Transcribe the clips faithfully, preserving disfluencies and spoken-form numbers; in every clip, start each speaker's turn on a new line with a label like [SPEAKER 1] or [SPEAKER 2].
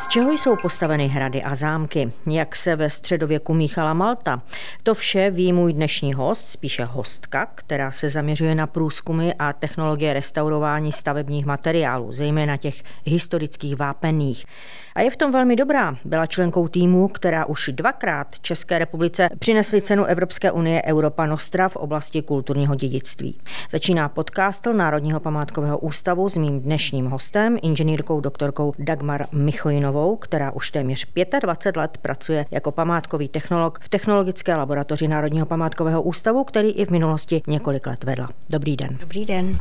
[SPEAKER 1] čeho jsou postaveny hrady a zámky? Jak se ve středověku míchala Malta? To vše ví můj dnešní host, spíše hostka, která se zaměřuje na průzkumy a technologie restaurování stavebních materiálů, zejména těch historických vápenných. A je v tom velmi dobrá. Byla členkou týmu, která už dvakrát České republice přinesli cenu Evropské unie Europa Nostra v oblasti kulturního dědictví. Začíná podcast Národního památkového ústavu s mým dnešním hostem, inženýrkou doktorkou Dagmar Michojinovou, která už téměř dvacet pět let pracuje jako památkový technolog v technologické laboratoři Národního památkového ústavu, který i v minulosti několik let vedla. Dobrý den.
[SPEAKER 2] Dobrý den.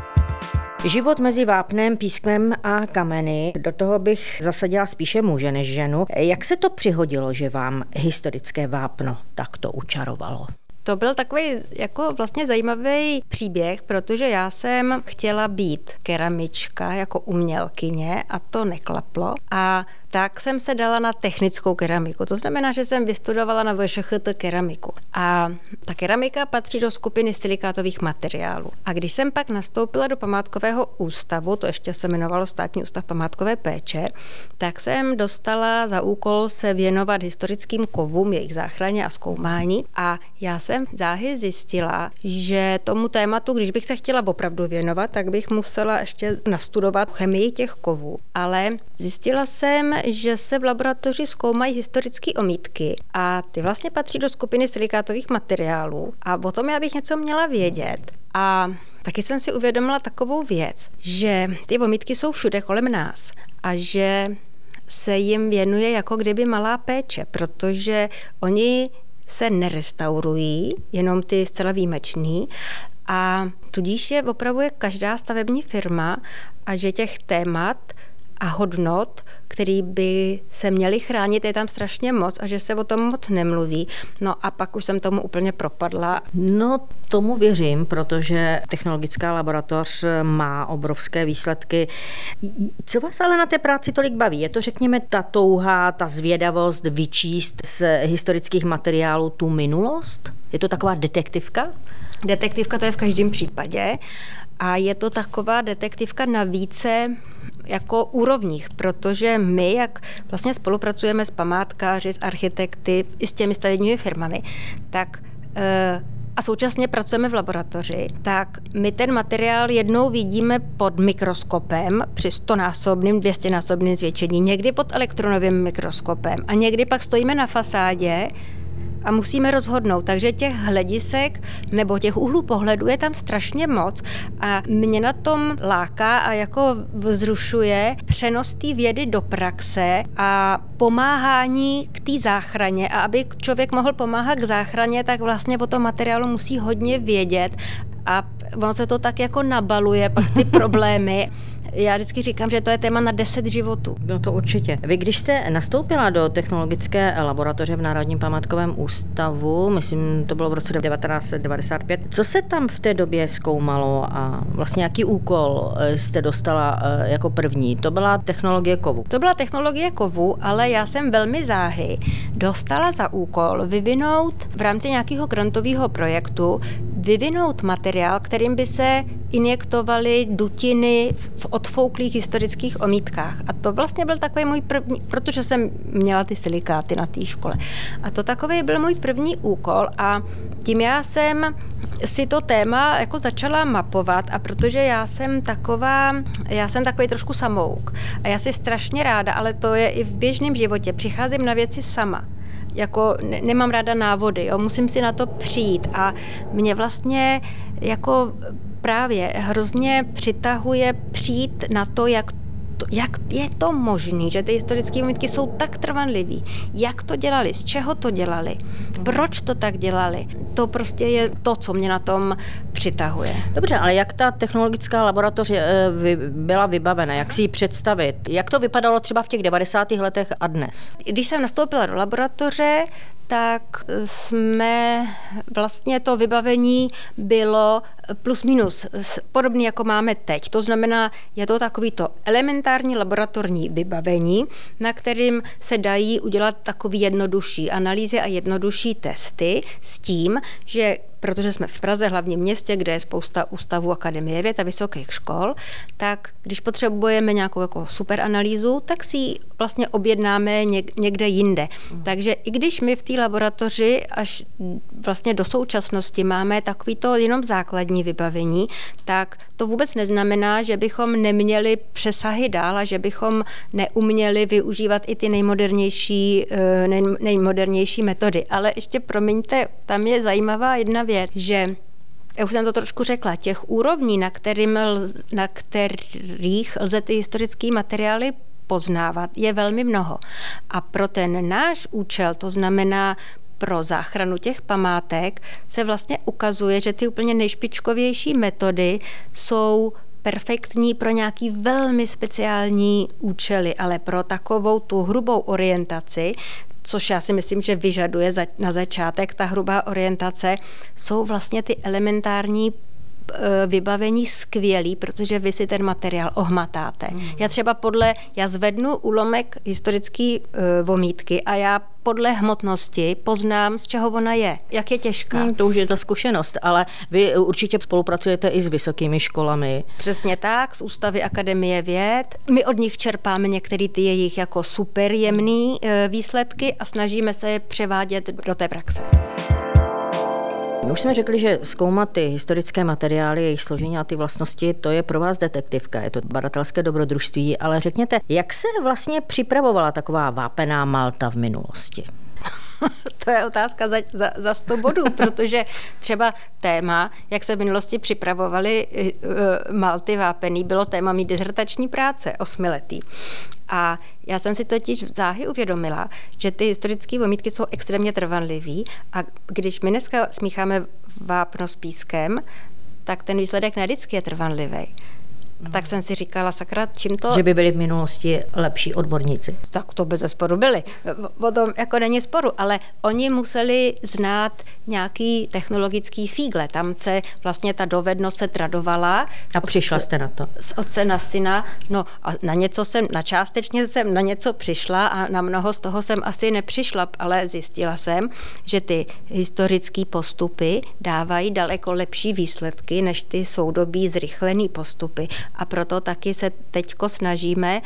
[SPEAKER 1] Život mezi vápnem, pískem a kameny, do toho bych zasadila spíše muže než ženu. Jak se to přihodilo, že vám historické vápno takto učarovalo?
[SPEAKER 2] To byl takový jako vlastně zajímavý příběh, protože já jsem chtěla být keramička jako umělkyně a to neklaplo. A tak jsem se dala na technickou keramiku. To znamená, že jsem vystudovala na V Š Ch T keramiku. A ta keramika patří do skupiny silikátových materiálů. A když jsem pak nastoupila do památkového ústavu, to ještě se jmenovalo Státní ústav památkové péče, tak jsem dostala za úkol se věnovat historickým kovům, jejich záchraně a zkoumání. A já jsem záhy zjistila, že tomu tématu, když bych se chtěla opravdu věnovat, tak bych musela ještě nastudovat chemii těch kovů. Ale zjistila jsem, že se v laboratoři zkoumají historické omítky a ty vlastně patří do skupiny silikátových materiálů. A o tom já bych něco měla vědět. A taky jsem si uvědomila takovou věc, že ty omítky jsou všude kolem nás a že se jim věnuje jako kdyby malá péče, protože oni se nerestaurují, jenom ty zcela výjimečný, a tudíž je opravuje každá stavební firma a že těch témat a hodnot, který by se měly chránit, je tam strašně moc a že se o tom moc nemluví. No a pak už jsem tomu úplně propadla.
[SPEAKER 1] No tomu věřím, protože technologická laboratoř má obrovské výsledky. Co vás ale na té práci tolik baví? Je to, řekněme, ta touha, ta zvědavost vyčíst z historických materiálů tu minulost? Je to taková detektivka?
[SPEAKER 2] Detektivka to je v každém případě a je to taková detektivka na více jako úrovních, protože my, jak vlastně spolupracujeme s památkáři, s architekty, i s těmi stavebními firmami, tak a současně pracujeme v laboratoři, tak my ten materiál jednou vidíme pod mikroskopem při stonásobným, dvěstěnásobným zvětšení, někdy pod elektronovým mikroskopem a někdy pak stojíme na fasádě a musíme rozhodnout, takže těch hledisek nebo těch úhlů pohledu je tam strašně moc a mě na tom láká a jako vzrušuje přenos té vědy do praxe a pomáhání k té záchraně a aby člověk mohl pomáhat k záchraně, tak vlastně o tom materiálu musí hodně vědět a ono se to tak jako nabaluje, pak ty problémy. Já vždycky říkám, že to je téma na deset životů.
[SPEAKER 1] No to určitě. Vy, když jste nastoupila do technologické laboratoře v Národním památkovém ústavu, myslím, to bylo v roce devatenáct set devadesát pět, co se tam v té době zkoumalo a vlastně jaký úkol jste dostala jako první? To byla technologie kovu.
[SPEAKER 2] To byla technologie kovu, ale já jsem velmi záhy dostala za úkol vyvinout v rámci nějakého grantového projektu, vyvinout materiál, kterým by se injektovaly dutiny v odfouklých historických omítkách. A to vlastně byl takový můj první, protože jsem měla ty silikáty na té škole. A to takový byl můj první úkol a tím já jsem si to téma jako začala mapovat a protože já jsem taková, já jsem takový trošku samouk a já si strašně ráda, ale to je i v běžném životě, přicházím na věci sama. Jako ne, nemám ráda návody, jo, musím si na to přijít a mě vlastně jako právě hrozně přitahuje přijít na to, jak, to, jak je to možné, že ty historické omítky jsou tak trvanlivý. Jak to dělali, z čeho to dělali, proč to tak dělali. To prostě je to, co mě na tom přitahuje.
[SPEAKER 1] Dobře, ale jak ta technologická laboratoř byla vybavena, jak si ji představit? Jak to vypadalo třeba v těch devadesátých letech a dnes?
[SPEAKER 2] Když jsem nastoupila do laboratoře, tak jsme vlastně to vybavení bylo plus minus podobné, jako máme teď. To znamená, je to takový to elementární laboratorní vybavení, na kterým se dají udělat takový jednodušší analýzy a jednodušší testy s tím, že protože jsme v Praze, hlavním městě, kde je spousta ústavů Akademie věd a vysokých škol, tak když potřebujeme nějakou jako super analýzu, tak si ji vlastně objednáme někde jinde. Mm. Takže i když my v té laboratoři až vlastně do současnosti máme takovýto jenom základní vybavení, tak to vůbec neznamená, že bychom neměli přesahy dál a že bychom neuměli využívat i ty nejmodernější, nej, nejmodernější metody. Ale ještě promiňte, tam je zajímavá jedna věc, že já už jsem to trošku řekla, těch úrovní, na, kterým, na kterých lze ty historické materiály poznávat, je velmi mnoho. A pro ten náš účel, to znamená pro záchranu těch památek, se vlastně ukazuje, že ty úplně nejšpičkovější metody jsou perfektní pro nějaký velmi speciální účely, ale pro takovou tu hrubou orientaci, což já si myslím, že vyžaduje na začátek ta hrubá orientace, jsou vlastně ty elementární vybavení skvělý, protože vy si ten materiál ohmatáte. Mm. Já třeba podle, já zvednu úlomek historický uh, vomítky a já podle hmotnosti poznám, z čeho ona je, jak je těžká.
[SPEAKER 1] Hmm, to už je ta zkušenost, ale vy určitě spolupracujete i s vysokými školami.
[SPEAKER 2] Přesně tak, z Ústavy Akademie věd. My od nich čerpáme některé ty jejich jako super jemný uh, výsledky a snažíme se je převádět do té praxe.
[SPEAKER 1] My už jsme řekli, že zkoumat ty historické materiály, jejich složení a ty vlastnosti, to je pro vás detektivka, je to badatelské dobrodružství, ale řekněte, jak se vlastně připravovala taková vápená Malta v minulosti?
[SPEAKER 2] To je otázka za, za, za sto bodů, protože třeba téma, jak se v minulosti připravovaly uh, Malty vápený, bylo téma mý dizertační práce, osmiletý. A já jsem si totiž záhy uvědomila, že ty historické vomítky jsou extrémně trvanlivý a když my dneska smícháme vápno s pískem, tak ten výsledek ne vždycky je trvanlivý. A tak jsem si říkala, sakra, čím to...
[SPEAKER 1] Že by byli v minulosti lepší odborníci.
[SPEAKER 2] Tak to bez sporu byli. O tom jako není sporu, ale oni museli znát nějaký technologický fígle. Tam se vlastně ta dovednost se tradovala.
[SPEAKER 1] A přišla jste na to?
[SPEAKER 2] Z otce na syna. No a na něco jsem, na částečně jsem na něco přišla a na mnoho z toho jsem asi nepřišla, ale zjistila jsem, že ty historické postupy dávají daleko lepší výsledky, než ty soudobí zrychlený postupy. A proto taky se teďko snažíme,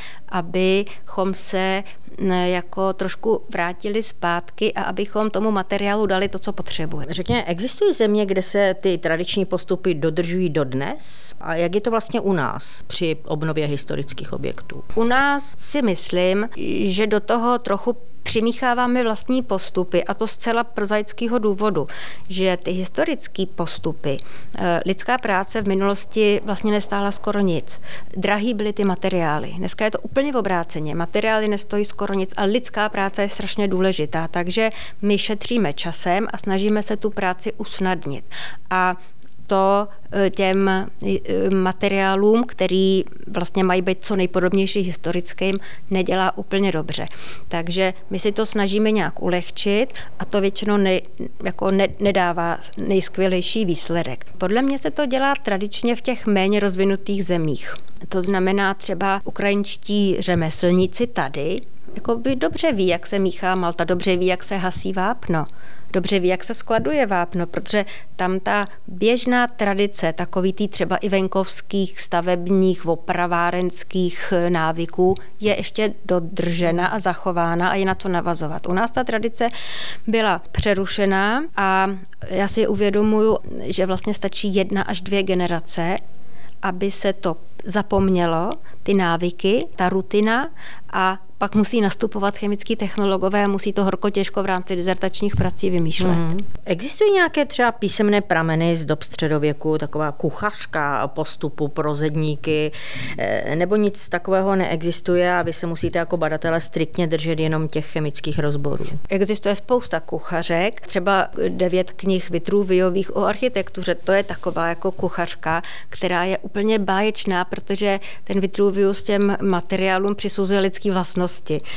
[SPEAKER 2] abychom se jako trošku vrátili zpátky a abychom tomu materiálu dali to, co potřebujeme.
[SPEAKER 1] Řekněme, existují země, kde se ty tradiční postupy dodržují dodnes? A jak je to vlastně u nás při obnově historických objektů?
[SPEAKER 2] U nás si myslím, že do toho trochu přimícháváme vlastní postupy a to zcela prozaického důvodu, že ty historické postupy, lidská práce v minulosti vlastně nestála skoro nic. Drahý byly ty materiály. Dneska je to úplně v obráceně. Materiály nestojí skoro nic a lidská práce je strašně důležitá, takže my šetříme časem a snažíme se tu práci usnadnit. A to těm materiálům, který vlastně mají být co nejpodobnější historickým, nedělá úplně dobře. Takže my si to snažíme nějak ulehčit a to většinou ne, jako ne, nedává nejskvělejší výsledek. Podle mě se to dělá tradičně v těch méně rozvinutých zemích. To znamená třeba ukrajinští řemeslníci tady, jako by dobře ví, jak se míchá Malta, dobře ví, jak se hasí vápno. Dobře ví, jak se skladuje vápno, protože tam ta běžná tradice takový tý třeba i venkovských stavebních opravárenských návyků je ještě dodržena a zachována a je na to navazovat. U nás ta tradice byla přerušená a já si uvědomuju, že vlastně stačí jedna až dvě generace, aby se to zapomnělo, ty návyky, ta rutina a pak musí nastupovat chemický technologové a musí to horko těžko v rámci dizertačních prací vymýšlet. Mm.
[SPEAKER 1] Existují nějaké třeba písemné prameny z dob středověku, taková kuchařka postupu pro zedníky, nebo nic takového neexistuje a vy se musíte jako badatelé striktně držet jenom těch chemických rozborů?
[SPEAKER 2] Existuje spousta kuchařek, třeba devět knih Vitruviových o architektuře, to je taková jako kuchařka, která je úplně báječná, protože ten Vitruvius těm materiálům přisuzuje lidský vlastnosti.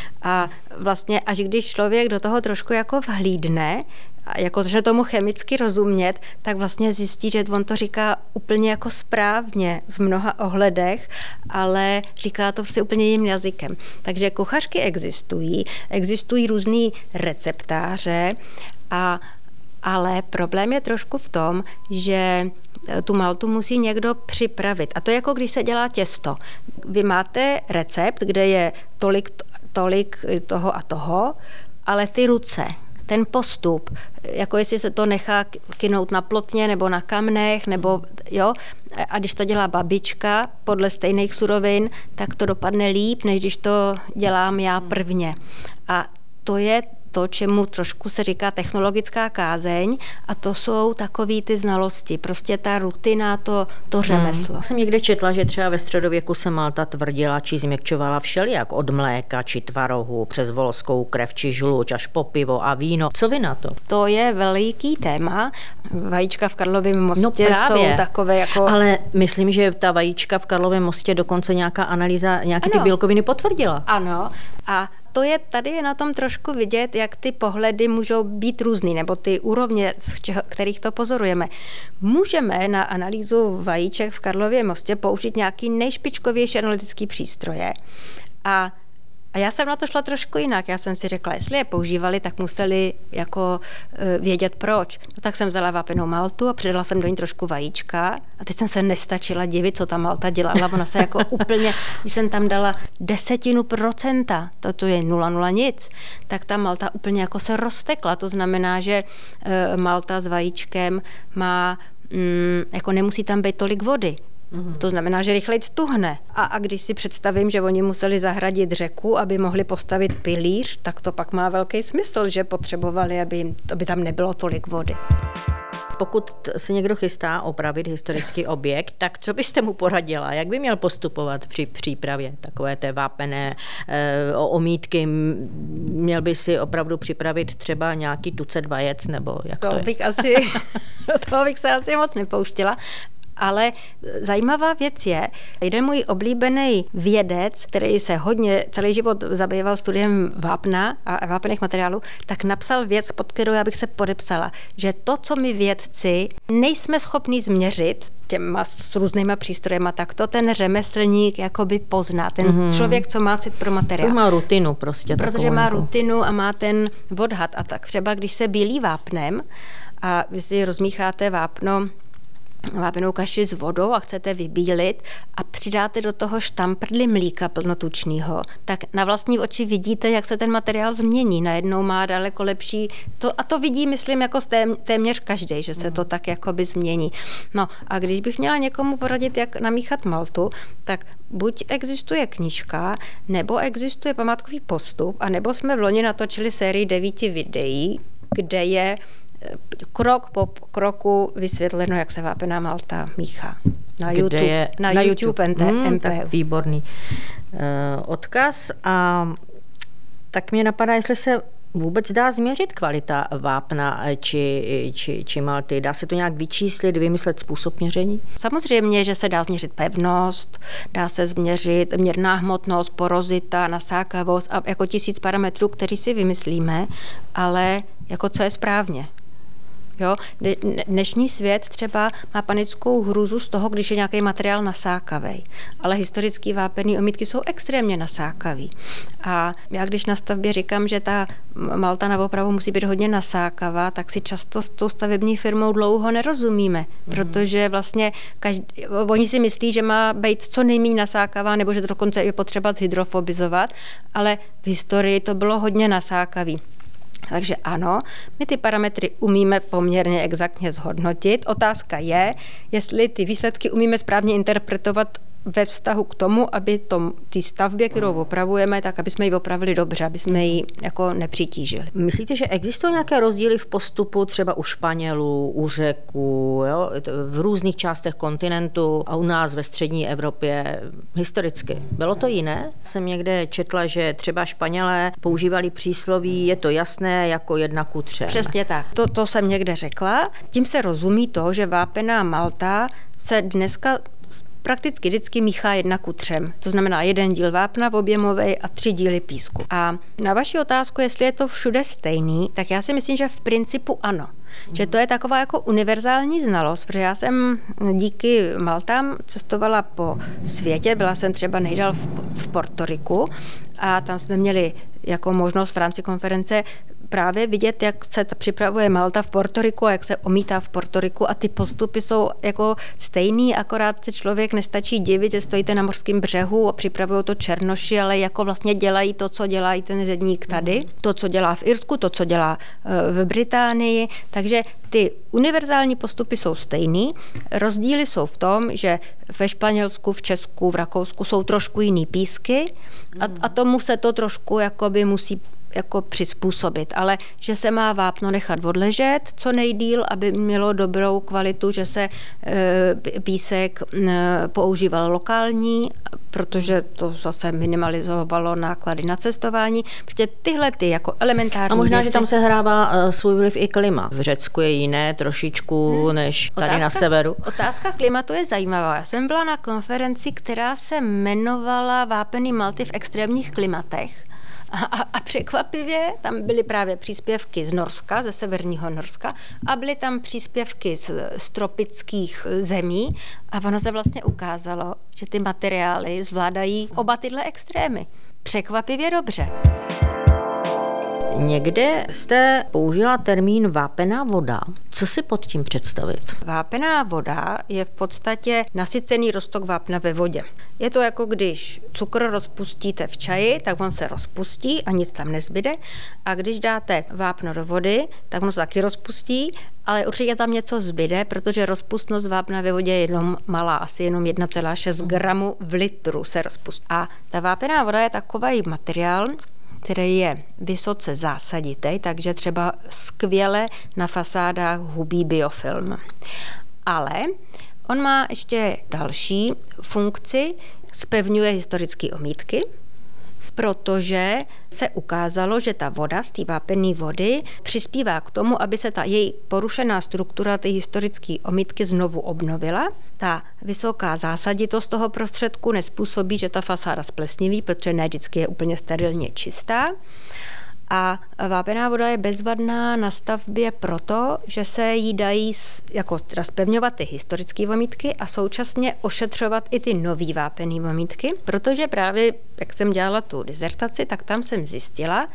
[SPEAKER 2] A vlastně až když člověk do toho trošku jako vhlídne, a jako že tomu chemicky rozumět, tak vlastně zjistí, že on to říká úplně jako správně v mnoha ohledech, ale říká to prostě úplně jiným jazykem. Takže kuchařky existují, existují různý receptáře a Ale problém je trošku v tom, že tu maltu musí někdo připravit. A to je jako když se dělá těsto. Vy máte recept, kde je tolik, tolik toho a toho, ale ty ruce, ten postup, jako jestli se to nechá kynout na plotně nebo na kamnech, nebo jo, a když to dělá babička podle stejných surovin, tak to dopadne líp, než když to dělám já prvně. A to je to, čemu trošku se říká technologická kázeň, a to jsou takový ty znalosti, prostě ta rutina, to, to řemeslo.
[SPEAKER 1] Hmm. Jsem někde četla, že třeba ve středověku se malta tvrdila či změkčovala všelijak, od mléka či tvarohu, přes volskou krev či žluč až po pivo a víno. Co vy na to?
[SPEAKER 2] To je veliký téma. Vajíčka v Karlově mostě
[SPEAKER 1] no
[SPEAKER 2] jsou takové jako...
[SPEAKER 1] Ale myslím, že ta vajíčka v Karlově mostě dokonce nějaká analýza, nějaké ty bílkoviny potvrdila.
[SPEAKER 2] Ano. A to je, tady je na tom trošku vidět, jak ty pohledy můžou být různý, nebo ty úrovně, z čeho, kterých to pozorujeme. Můžeme na analýzu vajíček v Karlově mostě použít nějaký nejšpičkovější analytický přístroje. A A já jsem na to šla trošku jinak. Já jsem si řekla, jestli je používali, tak museli jako uh, vědět proč. No tak jsem vzala vápenou maltu a přidala jsem do ní trošku vajíčka a teď jsem se nestačila divit, co ta malta dělala. Ona se jako úplně, když jsem tam dala desetinu procenta, to, to je nula nula nic, tak ta malta úplně jako se roztekla. To znamená, že uh, malta s vajíčkem má, um, jako nemusí tam být tolik vody. Uhum. To znamená, že rychleji tuhne. A, a když si představím, že oni museli zahradit řeku, aby mohli postavit pilíř, tak to pak má velký smysl, že potřebovali, aby, aby tam nebylo tolik vody.
[SPEAKER 1] Pokud se někdo chystá opravit historický objekt, tak co byste mu poradila? Jak by měl postupovat při přípravě takové té vápené e, omítky? Měl by si opravdu připravit třeba nějaký tucet vajec, nebo jak to,
[SPEAKER 2] to
[SPEAKER 1] je?
[SPEAKER 2] Bych asi, do toho bych se asi moc nepouštěla. Ale zajímavá věc je, jeden můj oblíbený vědec, který se hodně celý život zabýval studiem vápna a vápených materiálů, tak napsal věc, pod kterou já bych se podepsala, že to, co my vědci nejsme schopni změřit těma s různýma přístrojema, tak to ten řemeslník jakoby pozná. Ten mm-hmm. člověk, co má cit pro materiál.
[SPEAKER 1] To má rutinu prostě.
[SPEAKER 2] Protože má jako... rutinu a má ten odhad. A tak třeba, když se bílí vápnem a vy si rozmícháte vápno vápenou kaši s vodou a chcete vybílit a přidáte do toho štamprly mlíka plnotučného, tak na vlastní oči vidíte, jak se ten materiál změní. Najednou má daleko lepší, to, a to vidí, myslím, jako tém, téměř každý, že se to tak jakoby změní. No a když bych měla někomu poradit, jak namíchat maltu, tak buď existuje knížka, nebo existuje památkový postup, a nebo jsme v loni natočili sérii devíti videí, kde je krok po kroku vysvětleno, jak se vápená malta míchá. Na
[SPEAKER 1] Kde
[SPEAKER 2] YouTube,
[SPEAKER 1] je,
[SPEAKER 2] na
[SPEAKER 1] na
[SPEAKER 2] YouTube,
[SPEAKER 1] YouTube. Hmm,
[SPEAKER 2] M P U.
[SPEAKER 1] Tak výborný uh, odkaz. A tak mě napadá, jestli se vůbec dá změřit kvalita vápna či, či, či malty. Dá se to nějak vyčíslit, vymyslet způsob měření?
[SPEAKER 2] Samozřejmě, že se dá změřit pevnost, dá se změřit měrná hmotnost, porozita, nasákavost a jako tisíc parametrů, který si vymyslíme, ale jako co je správně. Jo? Dnešní svět třeba má panickou hrůzu z toho, když je nějaký materiál nasákavý, ale historický vápený omítky jsou extrémně nasákavý. A já když na stavbě říkám, že ta malta na opravu musí být hodně nasákavá, tak si často s tou stavební firmou dlouho nerozumíme, mm. protože vlastně každý, oni si myslí, že má být co nejméně nasákavá, nebo že to dokonce je potřeba zhydrofobizovat, ale v historii to bylo hodně nasákavý. Takže ano, my ty parametry umíme poměrně exaktně zhodnotit. Otázka je, jestli ty výsledky umíme správně interpretovat ve vztahu k tomu, aby tom, té stavbě, kterou opravujeme, tak aby jsme ji opravili dobře, aby jsme ji jako nepřitížili.
[SPEAKER 1] Myslíte, že existují nějaké rozdíly v postupu třeba u Španělů, u Řeků, jo? V různých částech kontinentu a u nás ve střední Evropě historicky? Bylo to jiné? Jsem někde četla, že třeba Španělé používali přísloví, je to jasné, jako jedna ku třem.
[SPEAKER 2] Přesně tak. To, to jsem někde řekla. Tím se rozumí to, že vápená malta se dneska prakticky vždycky míchá jedna ku třem. To znamená jeden díl vápna objemovej a tři díly písku. A na vaši otázku, jestli je to všude stejný, tak já si myslím, že v principu ano. Mm. Že to je taková jako univerzální znalost, protože já jsem díky maltám cestovala po světě, byla jsem třeba nejdál v, v Portoriku a tam jsme měli jako možnost v rámci konference právě vidět, jak se připravuje Malta v Portoriku a jak se omítá v Portoriku a ty postupy jsou jako stejný, akorát se člověk nestačí divit, že stojíte na mořském břehu a připravují to černoši, ale jako vlastně dělají to, co dělá i ten ředník tady, to, co dělá v Irsku, to, co dělá v Británii, takže ty univerzální postupy jsou stejný. Rozdíly jsou v tom, že ve Španělsku, v Česku, v Rakousku jsou trošku jiný písky a, a tomu se to trošku jakoby musí jako přizpůsobit, ale že se má vápno nechat odležet co nejdýl, aby mělo dobrou kvalitu, že se e, písek e, používal lokální, protože to zase minimalizovalo náklady na cestování. Prostě tyhle ty jako elementární
[SPEAKER 1] A možná,
[SPEAKER 2] věci.
[SPEAKER 1] že tam se hrává uh, svůj vliv i klima. V Řecku je jiné trošičku hmm. než tady
[SPEAKER 2] otázka,
[SPEAKER 1] na severu.
[SPEAKER 2] Otázka klimatu je zajímavá. Já jsem byla na konferenci, která se jmenovala Vápený Malty v extrémních klimatech. A, a, a překvapivě tam byly právě příspěvky z Norska, ze severního Norska a byly tam příspěvky z, z tropických zemí a ono se vlastně ukázalo, že ty materiály zvládají oba tyhle extrémy. Překvapivě dobře.
[SPEAKER 1] Někde jste použila termín vápená voda. Co si pod tím představit?
[SPEAKER 2] Vápená voda je v podstatě nasycený roztok vápna ve vodě. Je to jako když cukr rozpustíte v čaji, tak on se rozpustí a nic tam nezbyde. A když dáte vápno do vody, tak on se taky rozpustí, ale určitě tam něco zbyde, protože rozpustnost vápna ve vodě je jenom malá, asi jenom jedna celá šest gramu v litru se rozpustí. A ta vápená voda je takový materiál, který je vysoce zásaditý, takže třeba skvěle na fasádách hubí biofilm. Ale on má ještě další funkci, zpevňuje historické omítky, protože se ukázalo, že ta voda z té vápenné vody přispívá k tomu, aby se ta její porušená struktura té historické omítky znovu obnovila. Ta vysoká zásaditost toho prostředku nezpůsobí, že ta fasáda splesniví, protože ne vždycky je úplně sterilně čistá. A vápená voda je bezvadná na stavbě proto, že se jí dají jako zpevňovat ty historické omítky a současně ošetřovat i ty nový vápenný omítky, protože právě, jak jsem dělala tu dizertaci, tak tam jsem zjistila,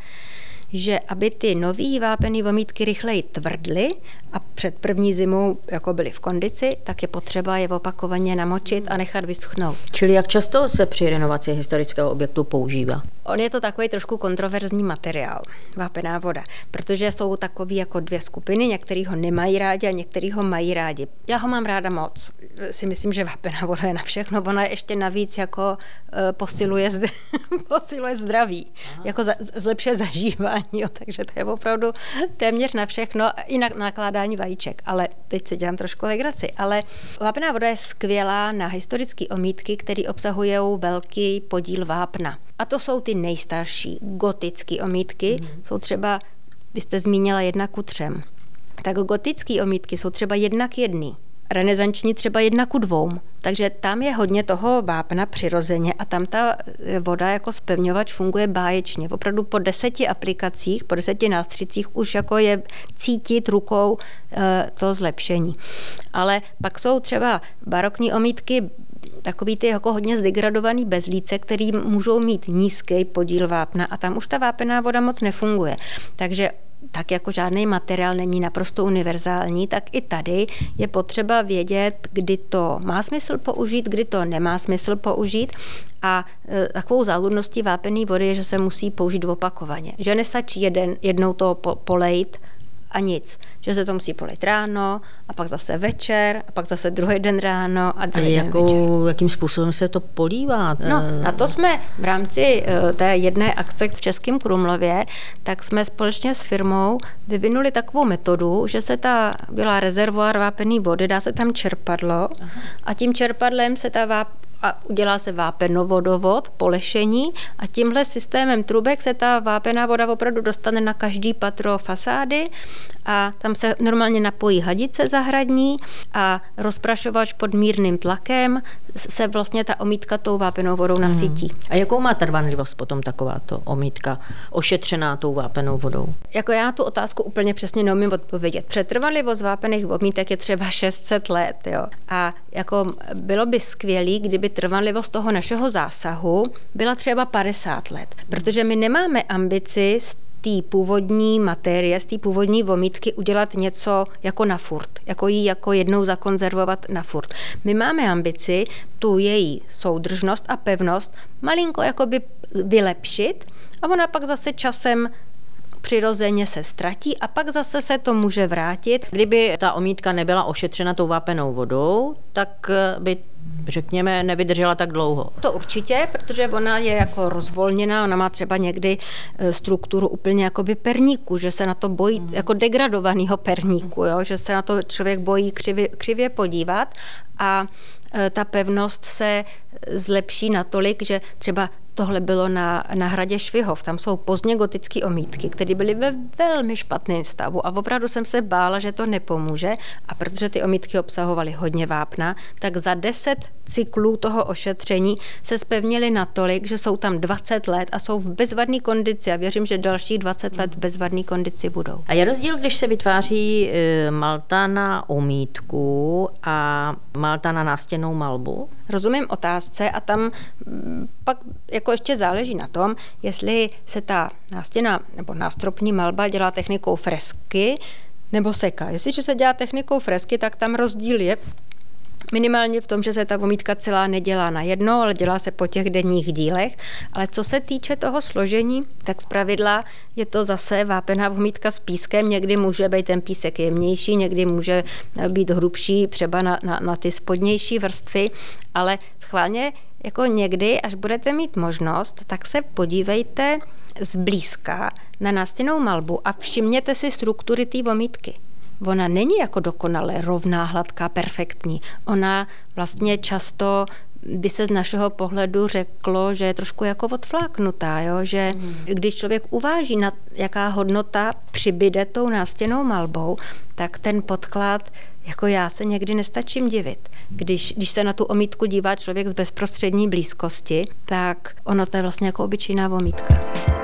[SPEAKER 2] že aby ty nový vápenný omítky rychleji tvrdly a před první zimou jako byly v kondici, tak je potřeba je opakovaně namočit a nechat vyschnout.
[SPEAKER 1] Čili jak často se při renovaci historického objektu používá?
[SPEAKER 2] On je to takový trošku kontroverzní materiál, vápená voda, protože jsou takový jako dvě skupiny, některý ho nemají rádi a některý ho mají rádi. Já ho mám ráda moc. Si myslím, že vápená voda je na všechno, ona ještě navíc jako uh, posiluje, zd- posiluje zdraví, Aha. jako za- zlepšuje zažívání, jo, takže to je opravdu téměř na všechno, i na nakládání vajíček, ale teď se dělám trošku legraci, ale vápená voda je skvělá na historické omítky, které obsahují velký podíl vápna. A to jsou ty nejstarší gotické omítky, mm. jsou třeba, vy jste zmínila jedna ku třem, tak gotické omítky jsou třeba jedna k jedný, renesanční třeba jedna ku dvou, takže tam je hodně toho vápna přirozeně a tam ta voda jako zpevňovač funguje báječně. Opravdu po deseti aplikacích, po deseti nástřicích už jako je cítit rukou e, to zlepšení. Ale pak jsou třeba barokní omítky, takový ty jako hodně zdegradovaný bezlíce, který můžou mít nízký podíl vápna a tam už ta vápená voda moc nefunguje. Takže tak jako žádný materiál není naprosto univerzální, tak i tady je potřeba vědět, kdy to má smysl použít, kdy to nemá smysl použít. A e, takovou záludností vápenné vody je, že se musí použít opakovaně. Že nestačí jeden, jednou to po, polejt a nic. Že se to musí polejt ráno a pak zase večer a pak zase druhý den ráno a druhý
[SPEAKER 1] a
[SPEAKER 2] den
[SPEAKER 1] jakou,
[SPEAKER 2] večer.
[SPEAKER 1] jakým způsobem se to polívá?
[SPEAKER 2] No, na to jsme v rámci té jedné akce v Českém Krumlově, tak jsme společně s firmou vyvinuli takovou metodu, že se ta byla rezervoár vápenné vody, dá se tam čerpadlo Aha. a tím čerpadlem se ta váp a udělá se vápenovodovod, polešení a tímhle systémem trubek se ta vápená voda opravdu dostane na každý patro fasády a tam se normálně napojí hadice zahradní a rozprašovač pod mírným tlakem se vlastně ta omítka tou vápenou vodou nasytí.
[SPEAKER 1] Hmm. A jakou má trvanlivost potom takováto omítka ošetřená tou vápenou vodou?
[SPEAKER 2] Jako já na tu otázku úplně přesně neumím odpovědět. Přetrvanlivost vápených omítek je třeba šest set let, jo. A jako bylo by skvělý, kdyby trvanlivost toho našeho zásahu byla třeba padesát let, protože my nemáme ambici té původní materie, z té původní vomítky udělat něco jako na furt, jako ji jako jednou zakonzervovat na furt. My máme ambici tu její soudržnost a pevnost malinko jakoby vylepšit a ona pak zase časem přirozeně se ztratí a pak zase se to může vrátit.
[SPEAKER 1] Kdyby ta omítka nebyla ošetřena tou vápenou vodou, tak by, řekněme, nevydržela tak dlouho.
[SPEAKER 2] To určitě, protože ona je jako rozvolněná, ona má třeba někdy strukturu úplně jakoby perníku, že se na to bojí, mm. jako degradovaného perníku, jo? Že se na to člověk bojí křivě, křivě podívat a ta pevnost se zlepší natolik, že třeba tohle bylo na, na hradě Švihov. Tam jsou pozdně gotické omítky, které byly ve velmi špatném stavu a opravdu jsem se bála, že to nepomůže a protože ty omítky obsahovaly hodně vápna, tak za deset cyklů toho ošetření se zpevnily natolik, že jsou tam dvacet let a jsou v bezvadné kondici a věřím, že dalších dvacet let v bezvadné kondici budou.
[SPEAKER 1] A je rozdíl, když se vytváří malta na omítku a malta na nástěnnou malbu?
[SPEAKER 2] Rozumím otázce a tam pak jako ještě záleží na tom, jestli se ta nástěna nebo nástropní malba dělá technikou fresky nebo seka. Jestliže se dělá technikou fresky, tak tam rozdíl je minimálně v tom, že se ta vomítka celá nedělá na jedno, ale dělá se po těch denních dílech. Ale co se týče toho složení, tak zpravidla je to zase vápená vomítka s pískem. Někdy může být ten písek jemnější, někdy může být hrubší, třeba na, na, na ty spodnější vrstvy, ale schválně jako někdy, až budete mít možnost, tak se podívejte zblízka na nástěnnou malbu a všimněte si struktury té vomítky. Ona není jako dokonale rovná, hladká, perfektní. Ona vlastně často by se z našeho pohledu řeklo, že je trošku jako odfláknutá, jo? Že mm. když člověk uváží, na jaká hodnota přibyde tou nástěnnou malbou, tak ten podklad, jako já se někdy nestačím divit. Když, když se na tu omítku dívá člověk z bezprostřední blízkosti, tak ono to je vlastně jako obyčejná vomítka.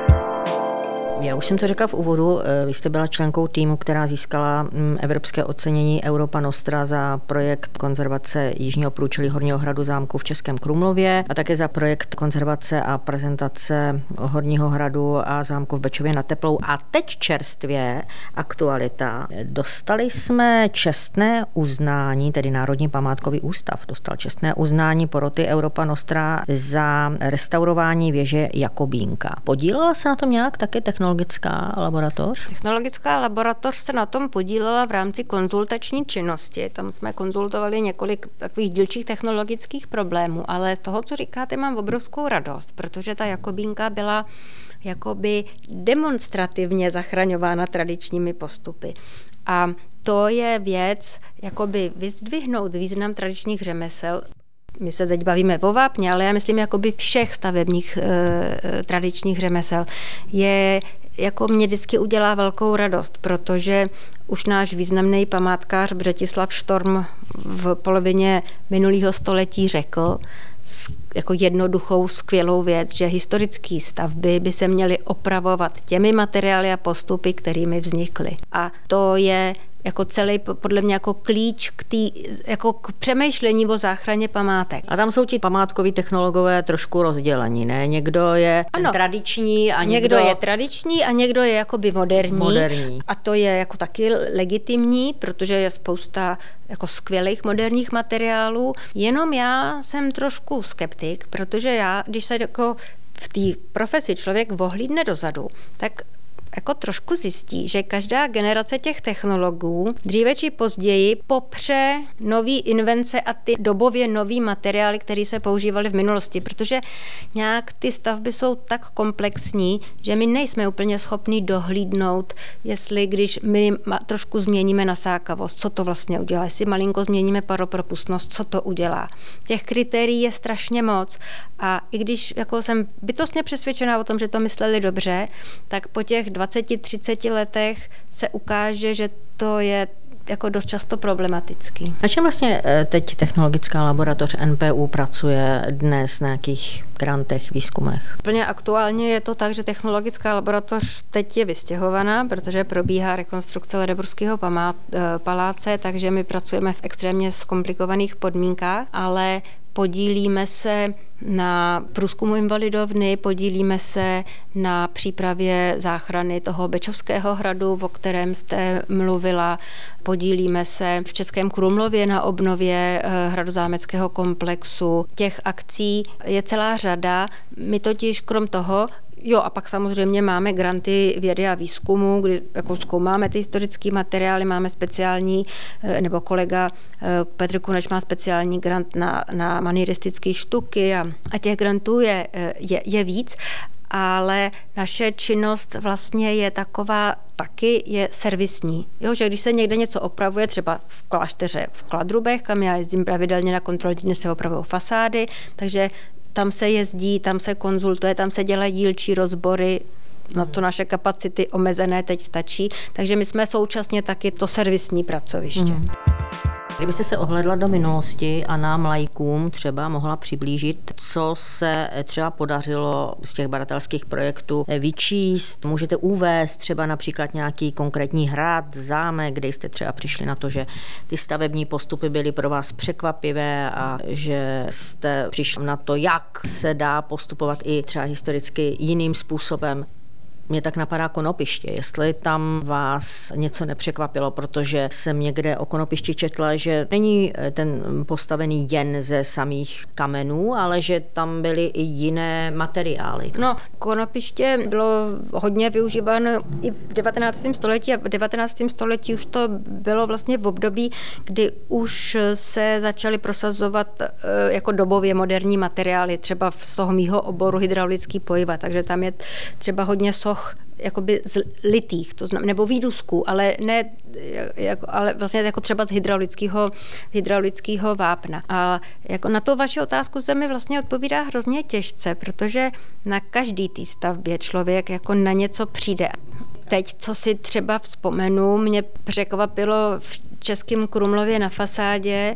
[SPEAKER 1] Já už jsem to řekla v úvodu, vy jste byla členkou týmu, která získala evropské ocenění Europa Nostra za projekt konzervace jižního průčelí Horního hradu zámku v Českém Krumlově a také za projekt konzervace a prezentace Horního hradu a zámku v Bečově nad Teplou. A teď čerstvě aktualita. Dostali jsme čestné uznání, tedy Národní památkový ústav dostal čestné uznání poroty Europa Nostra za restaurování věže Jakobínka. Podílela se na tom nějak také technologie? Technologická laboratoř?
[SPEAKER 2] Technologická laboratoř se na tom podílela v rámci konzultační činnosti. Tam jsme konzultovali několik takových dílčích technologických problémů, ale z toho, co říkáte, mám obrovskou radost, protože ta Jakobínka byla jakoby demonstrativně zachraňována tradičními postupy. A to je věc, jakoby vyzdvihnout význam tradičních řemesel. My se teď bavíme o vápně, ale já myslím jakoby všech stavebních e, tradičních řemesel. Je, jako mě vždycky udělá velkou radost, protože už náš významný památkář Břetislav Štorm v polovině minulého století řekl jako jednoduchou, skvělou věc, že historické stavby by se měly opravovat těmi materiály a postupy, kterými vznikly. A to je jako celý, podle mě, jako klíč k, tý, jako k přemýšlení o záchraně památek.
[SPEAKER 1] A tam jsou ti památkoví technologové trošku rozdělení, ne? Někdo je ano, tradiční a někdo...
[SPEAKER 2] někdo je tradiční a někdo je jakoby moderní.
[SPEAKER 1] moderní.
[SPEAKER 2] A to je jako taky legitimní, protože je spousta jako skvělých moderních materiálů. Jenom já jsem trošku skeptik, protože já, když se jako v té profesi člověk vohlídne dozadu, tak jako trošku zjistí, že každá generace těch technologů dříve či později popře nový invence a ty dobově nový materiály, které se používaly v minulosti, protože nějak ty stavby jsou tak komplexní, že my nejsme úplně schopní dohlídnout, jestli když my trošku změníme nasákavost, co to vlastně udělá, jestli malinko změníme paropropustnost, co to udělá. Těch kritérií je strašně moc a i když jako jsem bytostně přesvědčená o tom, že to mysleli dobře, tak po těch dvaceti třiceti letech se ukáže, že to je jako dost často problematický.
[SPEAKER 1] Na čem vlastně teď technologická laboratoř N P U pracuje dnes, na jakých grantech, výzkumech?
[SPEAKER 2] Úplně aktuálně je to tak, že technologická laboratoř teď je vystěhovaná, protože probíhá rekonstrukce Ledeburského paláce, takže my pracujeme v extrémně zkomplikovaných podmínkách, ale podílíme se na průzkumu invalidovny, podílíme se na přípravě záchrany toho Bečovského hradu, o kterém jste mluvila, podílíme se v Českém Krumlově na obnově hradozámeckého komplexu. Těch akcí je celá řada. My totiž krom toho, jo, a pak samozřejmě máme granty vědy a výzkumu, kdy jako zkoumáme ty historické materiály, máme speciální, nebo kolega Petr Kuneč má speciální grant na, na manieristické štuky a, a těch grantů je, je, je víc, ale naše činnost vlastně je taková, taky je servisní. Jo, že když se někde něco opravuje, třeba v klášteře v Kladrubech, kam já jezdím pravidelně na kontrolní dny, se opravují fasády, takže tam se jezdí, tam se konzultuje, tam se dělají dílčí rozbory, na to naše kapacity omezené teď stačí, takže my jsme současně taky to servisní pracoviště. Mm.
[SPEAKER 1] Kdybyste se ohledla do minulosti a nám laikům třeba mohla přiblížit, co se třeba podařilo z těch badatelských projektů vyčíst, můžete uvést třeba například nějaký konkrétní hrad, zámek, kde jste třeba přišli na to, že ty stavební postupy byly pro vás překvapivé a že jste přišli na to, jak se dá postupovat i třeba historicky jiným způsobem. Mě tak napadá Konopiště, jestli tam vás něco nepřekvapilo, protože jsem někde o Konopišti četla, že není ten postavený jen ze samých kamenů, ale že tam byly i jiné materiály.
[SPEAKER 2] No, Konopiště bylo hodně využíváno i v devatenáctém století a v devatenáctém století už to bylo vlastně v období, kdy už se začaly prosazovat jako dobově moderní materiály, třeba z toho mýho oboru hydraulický pojiva, takže tam je třeba hodně soch jakoby z litých, to znamená, nebo výdusků, ale ne, jako, ale vlastně jako třeba z hydraulického, hydraulického vápna. A jako na to vaši otázku se mi vlastně odpovídá hrozně těžce, protože na každý té stavbě člověk jako na něco přijde. Teď, co si třeba vzpomenu, mě překvapilo v Českém Krumlově na fasádě,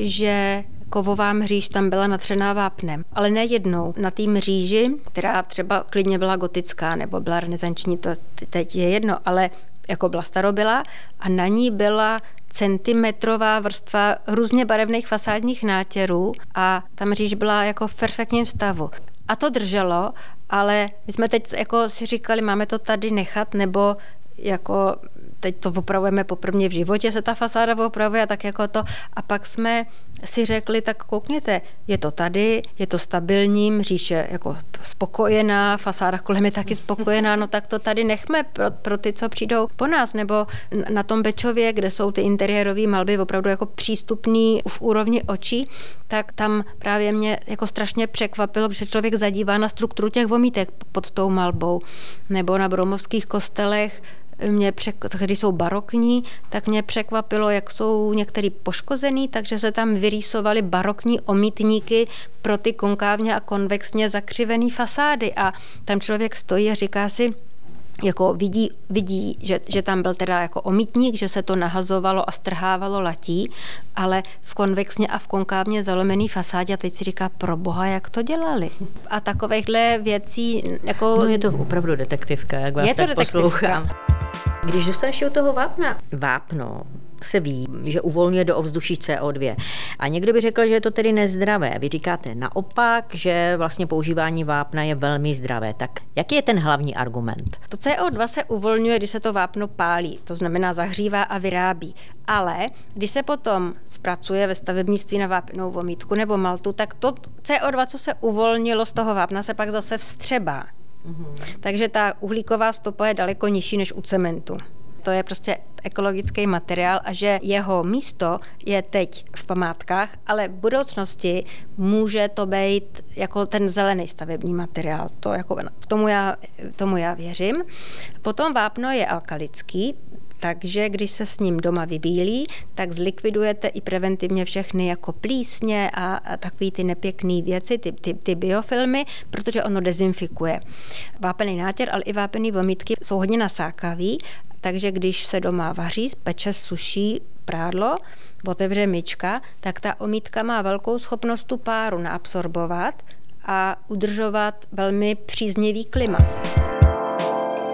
[SPEAKER 2] že kovová mříž tam byla natřená vápnem, ale ne jednou. Na té mříži, která třeba klidně byla gotická nebo byla renesanční, to teď je jedno, ale jako byla starobylá a na ní byla centimetrová vrstva různě barevných fasádních nátěrů a ta mříž byla jako v perfektním stavu. A to drželo, ale my jsme teď jako si říkali, máme to tady nechat, nebo jako teď to opravujeme poprvé v životě, se ta fasáda opravuje a tak jako to. A pak jsme si řekli, tak koukněte, je to tady, je to stabilní, mříž je jako spokojená, fasáda kolem je taky spokojená, no tak to tady nechme pro, pro ty, co přijdou po nás, nebo na tom Bečově, kde jsou ty interiérové malby opravdu jako přístupný v úrovni očí, tak tam právě mě jako strašně překvapilo, když se člověk zadívá na strukturu těch vomítek pod tou malbou, nebo na bromovských kostelech, mě přek- když jsou barokní, tak mě překvapilo, jak jsou některý poškozený, takže se tam vyrýsovaly barokní omítníky pro ty konkávně a konvexně zakřivený fasády a tam člověk stojí a říká si, jako vidí, vidí že, že tam byl teda jako omítník, že se to nahazovalo a strhávalo latí, ale v konvexně a v konkávně zalomený fasádě a teď si říká, pro boha, jak to dělali. A takovýchhle věcí jako...
[SPEAKER 1] No je to opravdu detektivka, jak vás
[SPEAKER 2] je
[SPEAKER 1] tak
[SPEAKER 2] to
[SPEAKER 1] poslouchám. Když dostaneš u toho vápna, vápno se ví, že uvolňuje do ovzduší C O dva. A někdo by řekl, že je to tedy nezdravé. Vy říkáte naopak, že vlastně používání vápna je velmi zdravé. Tak jaký je ten hlavní argument?
[SPEAKER 2] To C O dva se uvolňuje, když se to vápno pálí, to znamená zahřívá a vyrábí. Ale když se potom zpracuje ve stavebnictví na vápnou vomítku nebo maltu, tak to C O dva, co se uvolnilo z toho vápna, se pak zase vstřebá. Mm-hmm. Takže ta uhlíková stopa je daleko nižší než u cementu. To je prostě ekologický materiál a že jeho místo je teď v památkách, ale v budoucnosti může to být jako ten zelený stavební materiál. To jako, tomu, já, tomu já věřím. Potom vápno je alkalický, takže když se s ním doma vybílí, tak zlikvidujete i preventivně všechny jako plísně a, a takový ty nepěkný věci, ty, ty, ty biofilmy, protože ono dezinfikuje. Vápený nátěr, ale i vápený vomítky jsou hodně nasákavý, takže když se doma vaří, peče, suší prádlo, otevře myčka, tak ta omítka má velkou schopnost tu páru naabsorbovat a udržovat velmi příznivý klima.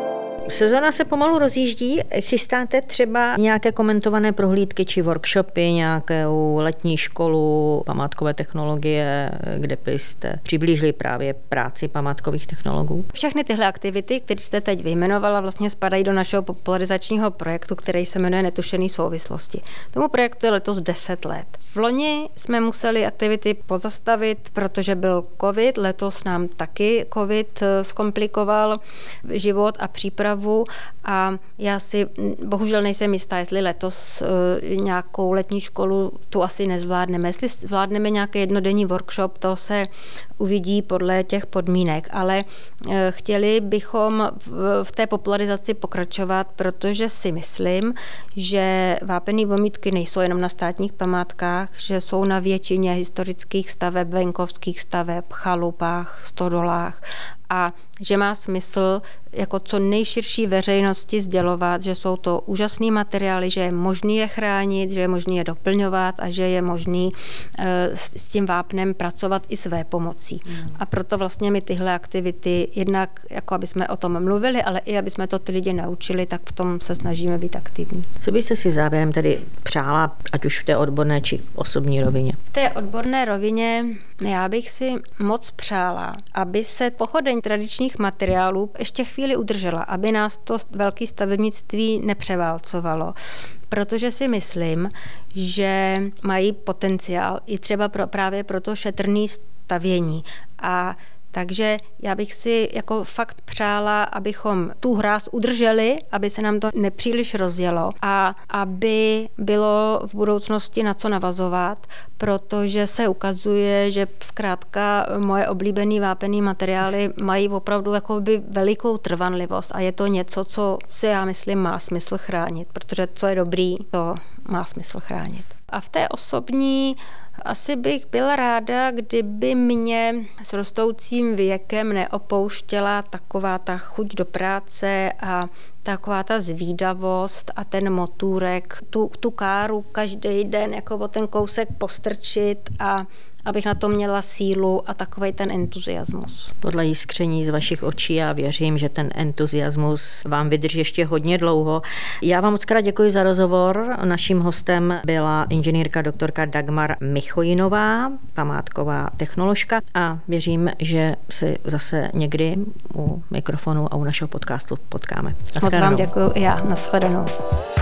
[SPEAKER 1] Sezona se pomalu rozjíždí. Chystáte třeba nějaké komentované prohlídky či workshopy, nějakou letní školu památkové technologie, kde byste přiblížili právě práci památkových technologů?
[SPEAKER 2] Všechny tyhle aktivity, které jste teď vyjmenovala, vlastně spadají do našeho popularizačního projektu, který se jmenuje Netušený souvislosti. Tomu projektu je letos deset let. V loni jsme museli aktivity pozastavit, protože byl covid, letos nám taky covid zkomplikoval život a přípravu a já si bohužel nejsem jistá, jestli letos nějakou letní školu tu asi nezvládneme. Jestli zvládneme nějaký jednodenní workshop, to se uvidí podle těch podmínek, ale chtěli bychom v té popularizaci pokračovat, protože si myslím, že vápenné vomítky nejsou jenom na státních památkách, že jsou na většině historických staveb, venkovských staveb, chalupách, stodolách a že má smysl jako co nejširší veřejnosti sdělovat, že jsou to úžasný materiály, že je možný je chránit, že je možný je doplňovat a že je možný s tím vápnem pracovat i své pomocí. Mm. A proto vlastně my tyhle aktivity, jednak jako aby jsme o tom mluvili, ale i aby jsme to ty lidi naučili, tak v tom se snažíme být aktivní.
[SPEAKER 1] Co byste si závěrem tedy přála, ať už v té odborné či osobní rovině?
[SPEAKER 2] V té odborné rovině já bych si moc přála, aby se pochodeň tradičních materiálů ještě chvíli udržela, aby nás to velké stavebnictví nepřeválcovalo. Protože si myslím, že mají potenciál i třeba pro, právě pro to šetrné stavění. A takže já bych si jako fakt přála, abychom tu hráz udrželi, aby se nám to nepříliš rozjelo a aby bylo v budoucnosti na co navazovat, protože se ukazuje, že zkrátka moje oblíbené vápenné materiály mají opravdu jakoby velikou trvanlivost a je to něco, co si já myslím má smysl chránit, protože co je dobrý, to má smysl chránit. A v té osobní asi bych byla ráda, kdyby mě s rostoucím věkem neopouštěla taková ta chuť do práce a taková ta zvídavost a ten motůrek, tu, tu káru každý den jako o ten kousek postrčit a abych na to měla sílu a takovej ten entuziasmus.
[SPEAKER 1] Podle jiskření z vašich očí já věřím, že ten entuziasmus vám vydrží ještě hodně dlouho. Já vám moc krát děkuji za rozhovor. Naším hostem byla inženýrka doktorka Dagmar Michojinová, památková technoložka a věřím, že se zase někdy u mikrofonu a u našeho podcastu potkáme.
[SPEAKER 2] Moc vám děkuji i já. Nashledanou.